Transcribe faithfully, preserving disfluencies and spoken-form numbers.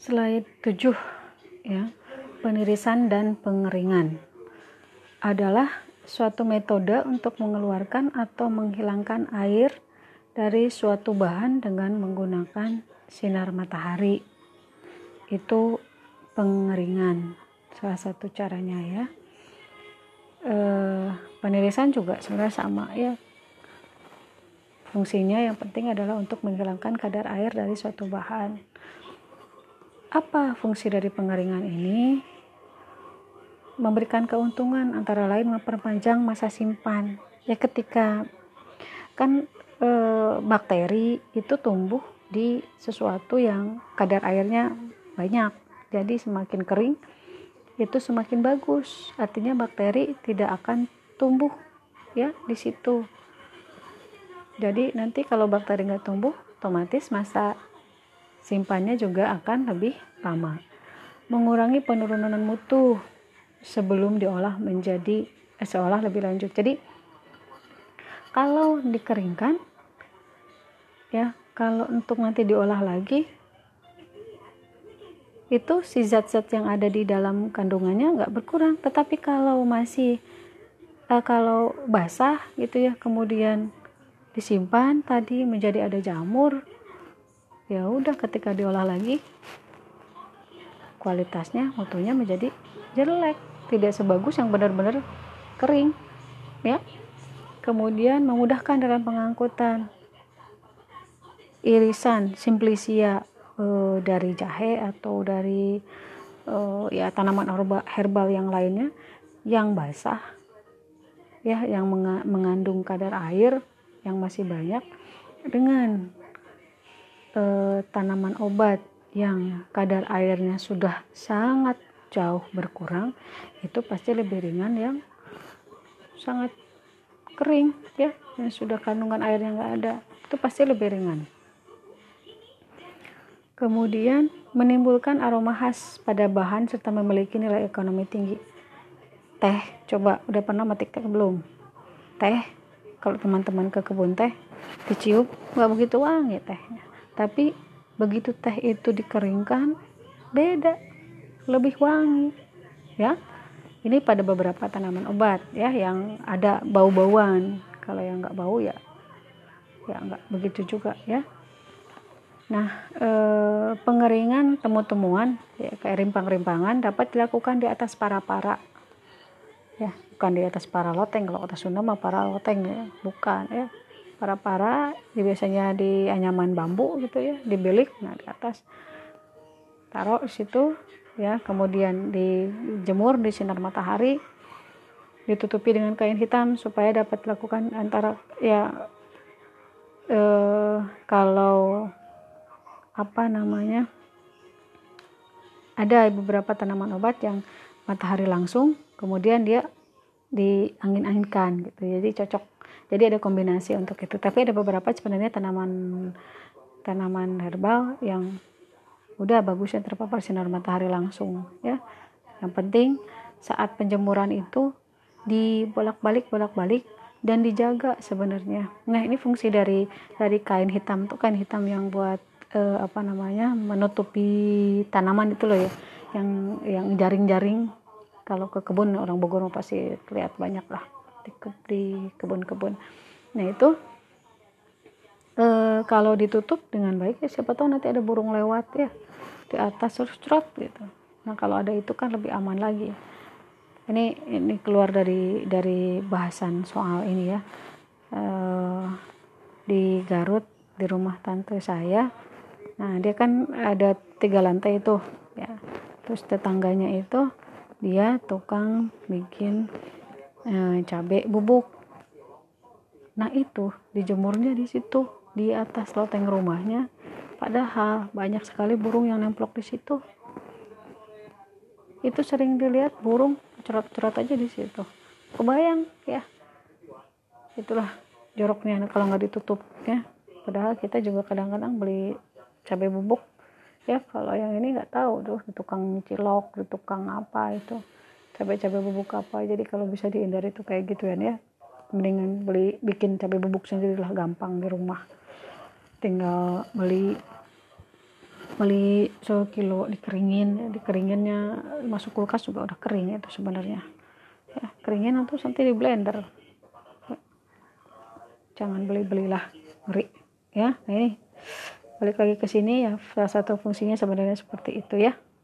Slide tujuh ya. Penirisan dan pengeringan adalah suatu metode untuk mengeluarkan atau menghilangkan air dari suatu bahan dengan menggunakan sinar matahari. Itu pengeringan, salah satu caranya ya. E, penirisan juga sebenarnya sama ya. Fungsinya yang penting adalah untuk menghilangkan kadar air dari suatu bahan. Apa fungsi dari pengeringan ini? Memberikan keuntungan antara lain memperpanjang masa simpan. Ya ketika kan e, bakteri itu tumbuh di sesuatu yang kadar airnya banyak. Jadi semakin kering itu semakin bagus. Artinya bakteri tidak akan tumbuh ya di situ. Jadi nanti kalau bakteri nggak tumbuh, otomatis masa simpannya juga akan lebih lama. Mengurangi penurunan mutu sebelum diolah menjadi eh, seolah lebih lanjut. Jadi kalau dikeringkan ya, kalau untuk nanti diolah lagi itu si zat-zat yang ada di dalam kandungannya nggak berkurang. Tetapi kalau masih eh, kalau basah gitu ya, kemudian disimpan tadi menjadi ada jamur, ya udah ketika diolah lagi kualitasnya, mutunya menjadi jelek, tidak sebagus yang benar-benar kering ya. Kemudian memudahkan dalam pengangkutan. Irisan simplicia e, dari jahe atau dari e, ya tanaman herbal yang lainnya yang basah ya, yang mengandung kadar air yang masih banyak dengan e, tanaman obat yang kadar airnya sudah sangat jauh berkurang, itu pasti lebih ringan yang sangat kering ya, yang sudah kandungan airnya nggak ada, itu pasti lebih ringan. Kemudian menimbulkan aroma khas pada bahan serta memiliki nilai ekonomi tinggi. Teh, coba udah pernah metik teh belum? Teh, kalau teman-teman ke kebun teh dicium nggak begitu wangi tehnya, tapi begitu teh itu dikeringkan beda, lebih wangi ya. Ini pada beberapa tanaman obat ya yang ada bau-bauan. Kalau yang nggak bau ya ya nggak begitu juga ya. Nah eh, pengeringan temu-temuan ya, kayak rimpang-rimpangan dapat dilakukan di atas para-para ya, bukan di atas para loteng. Kalau kata Sunda mah para loteng ya, bukan ya. Para-para biasanya di anyaman bambu gitu ya, di bilik, nah di atas taruh di situ ya, kemudian dijemur di sinar matahari, ditutupi dengan kain hitam supaya dapat dilakukan antara ya eh, kalau apa namanya, ada beberapa tanaman obat yang matahari langsung kemudian dia diangin-anginkan gitu, jadi cocok, jadi ada kombinasi untuk itu. Tapi ada beberapa sebenarnya tanaman tanaman herbal yang udah bagusnya terpapar sinar matahari langsung ya. Yang penting saat penjemuran itu dibolak-balik bolak-balik dan dijaga sebenarnya. Nah ini fungsi dari dari kain hitam tuh, kain hitam yang buat eh, apa namanya menutupi tanaman itu loh ya, yang yang jaring-jaring. Kalau ke kebun orang Bogor pasti lihat banyak lah di, di kebun-kebun. Nah itu e, kalau ditutup dengan baik ya, siapa tahu nanti ada burung lewat ya di atas terus cerot gitu. Nah kalau ada itu kan lebih aman lagi. Ini ini keluar dari dari bahasan soal ini ya. E, di Garut di rumah tante saya. Nah dia kan ada tiga lantai itu ya. Terus tetangganya itu dia tukang bikin e, cabai bubuk. Nah itu dijemurnya di situ di atas loteng rumahnya. Padahal banyak sekali burung yang nemplok di situ. Itu sering dilihat burung cerot-cerot aja di situ. Kebayang ya. Itulah joroknya kalau nggak ditutup ya. Padahal kita juga kadang-kadang beli cabai bubuk. Ya kalau yang ini nggak tahu tuh di tukang cilok, di tukang apa itu cabai-cabai bubuk apa. Jadi kalau bisa dihindari itu kayak gitu ya, mendingan beli bikin cabai bubuk sendiri lah, gampang di rumah, tinggal beli beli sekilo dikeringin, ya, dikeringinnya masuk kulkas juga udah kering itu sebenarnya ya, keringin atau nanti di blender, jangan beli-belilah, ngeri ya. Nah, ini balik lagi ke sini ya, salah satu fungsinya sebenarnya seperti itu ya.